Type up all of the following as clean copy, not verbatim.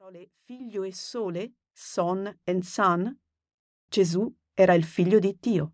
parole figlio e sole, son and son, Gesù era il figlio di Dio.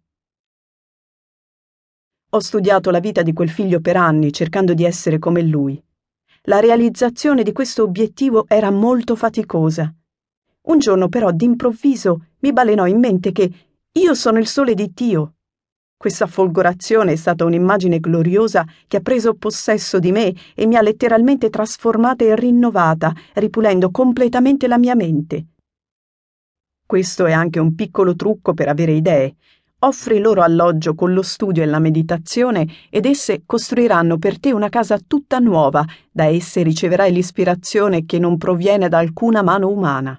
Ho studiato la vita di quel figlio per anni cercando di essere come lui. La realizzazione di questo obiettivo era molto faticosa. Un giorno però d'improvviso mi balenò in mente che io sono il sole di Dio. Questa folgorazione è stata un'immagine gloriosa che ha preso possesso di me e mi ha letteralmente trasformata e rinnovata, ripulendo completamente la mia mente. Questo è anche un piccolo trucco per avere idee. Offri loro alloggio con lo studio e la meditazione ed esse costruiranno per te una casa tutta nuova, da esse riceverai l'ispirazione che non proviene da alcuna mano umana.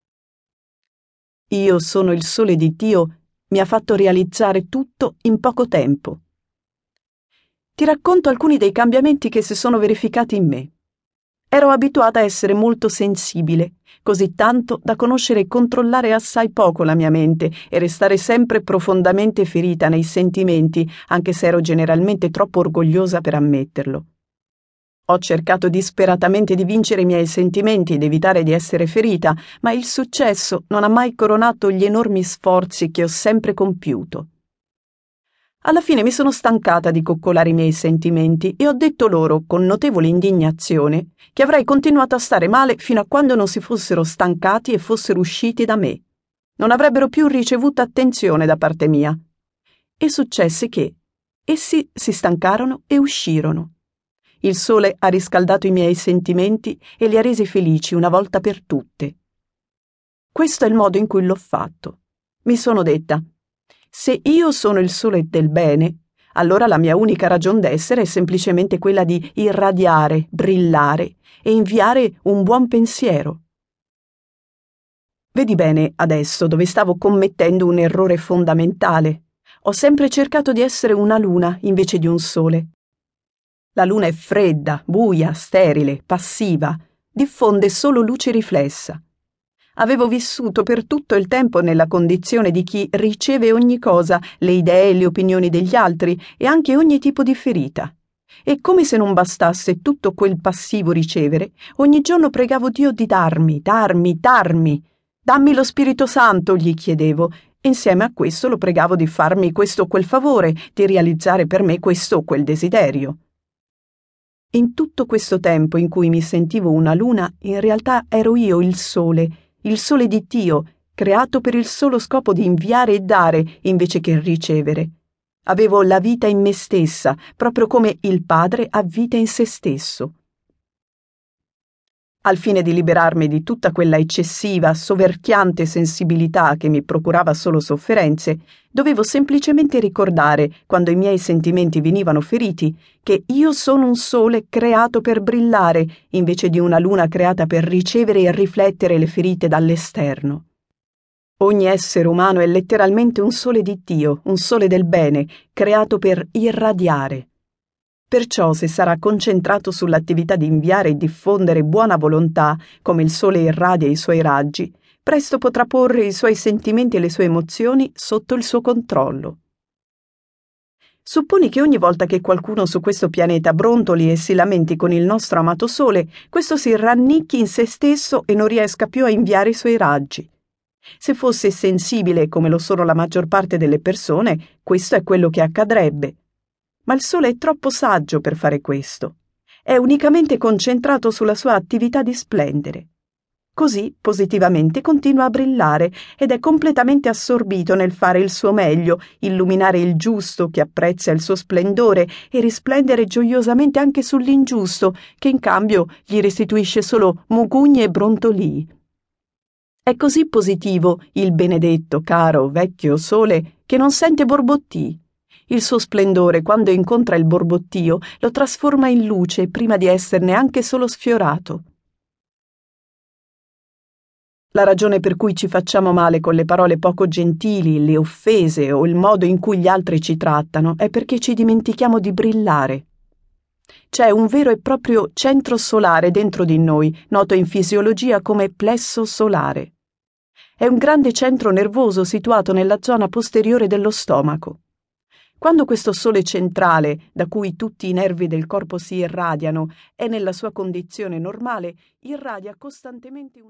Io sono il sole di Dio mi ha fatto realizzare tutto in poco tempo. Ti racconto alcuni dei cambiamenti che si sono verificati in me. Ero abituata a essere molto sensibile, così tanto da conoscere e controllare assai poco la mia mente e restare sempre profondamente ferita nei sentimenti, anche se ero generalmente troppo orgogliosa per ammetterlo. Ho cercato disperatamente di vincere i miei sentimenti ed evitare di essere ferita, ma il successo non ha mai coronato gli enormi sforzi che ho sempre compiuto. Alla fine mi sono stancata di coccolare i miei sentimenti e ho detto loro, con notevole indignazione, che avrei continuato a stare male fino a quando non si fossero stancati e fossero usciti da me. Non avrebbero più ricevuto attenzione da parte mia. E successe che essi si stancarono e uscirono. Il sole ha riscaldato i miei sentimenti e li ha resi felici una volta per tutte. Questo è il modo in cui l'ho fatto. Mi sono detta: se io sono il sole del bene, allora la mia unica ragion d'essere è semplicemente quella di irradiare, brillare e inviare un buon pensiero. Vedi bene adesso dove stavo commettendo un errore fondamentale. Ho sempre cercato di essere una luna invece di un sole. La luna è fredda, buia, sterile, passiva, diffonde solo luce riflessa. Avevo vissuto per tutto il tempo nella condizione di chi riceve ogni cosa, le idee e le opinioni degli altri e anche ogni tipo di ferita. E come se non bastasse tutto quel passivo ricevere, ogni giorno pregavo Dio di darmi. Dammi lo Spirito Santo, gli chiedevo, e insieme a questo lo pregavo di farmi questo o quel favore, di realizzare per me questo o quel desiderio. In tutto questo tempo in cui mi sentivo una luna, in realtà ero io il sole di Dio, creato per il solo scopo di inviare e dare invece che ricevere. Avevo la vita in me stessa, proprio come il Padre ha vita in se stesso. Al fine di liberarmi di tutta quella eccessiva, soverchiante sensibilità che mi procurava solo sofferenze, dovevo semplicemente ricordare, quando i miei sentimenti venivano feriti, che io sono un sole creato per brillare, invece di una luna creata per ricevere e riflettere le ferite dall'esterno. Ogni essere umano è letteralmente un sole di Dio, un sole del bene, creato per irradiare. Perciò, se sarà concentrato sull'attività di inviare e diffondere buona volontà, come il sole irradia i suoi raggi, presto potrà porre i suoi sentimenti e le sue emozioni sotto il suo controllo. Supponi che ogni volta che qualcuno su questo pianeta brontoli e si lamenti con il nostro amato sole, questo si rannicchi in se stesso e non riesca più a inviare i suoi raggi. Se fosse sensibile, come lo sono la maggior parte delle persone, questo è quello che accadrebbe. Ma il sole è troppo saggio per fare questo. È unicamente concentrato sulla sua attività di splendere. Così, positivamente, continua a brillare ed è completamente assorbito nel fare il suo meglio, illuminare il giusto che apprezza il suo splendore e risplendere gioiosamente anche sull'ingiusto, che in cambio gli restituisce solo mugugne e brontolii. È così positivo il benedetto, caro, vecchio sole che non sente borbottii. Il suo splendore, quando incontra il borbottio, lo trasforma in luce prima di esserne anche solo sfiorato. La ragione per cui ci facciamo male con le parole poco gentili, le offese o il modo in cui gli altri ci trattano è perché ci dimentichiamo di brillare. C'è un vero e proprio centro solare dentro di noi, noto in fisiologia come plesso solare. È un grande centro nervoso situato nella zona posteriore dello stomaco. Quando questo sole centrale, da cui tutti i nervi del corpo si irradiano, è nella sua condizione normale, irradia costantemente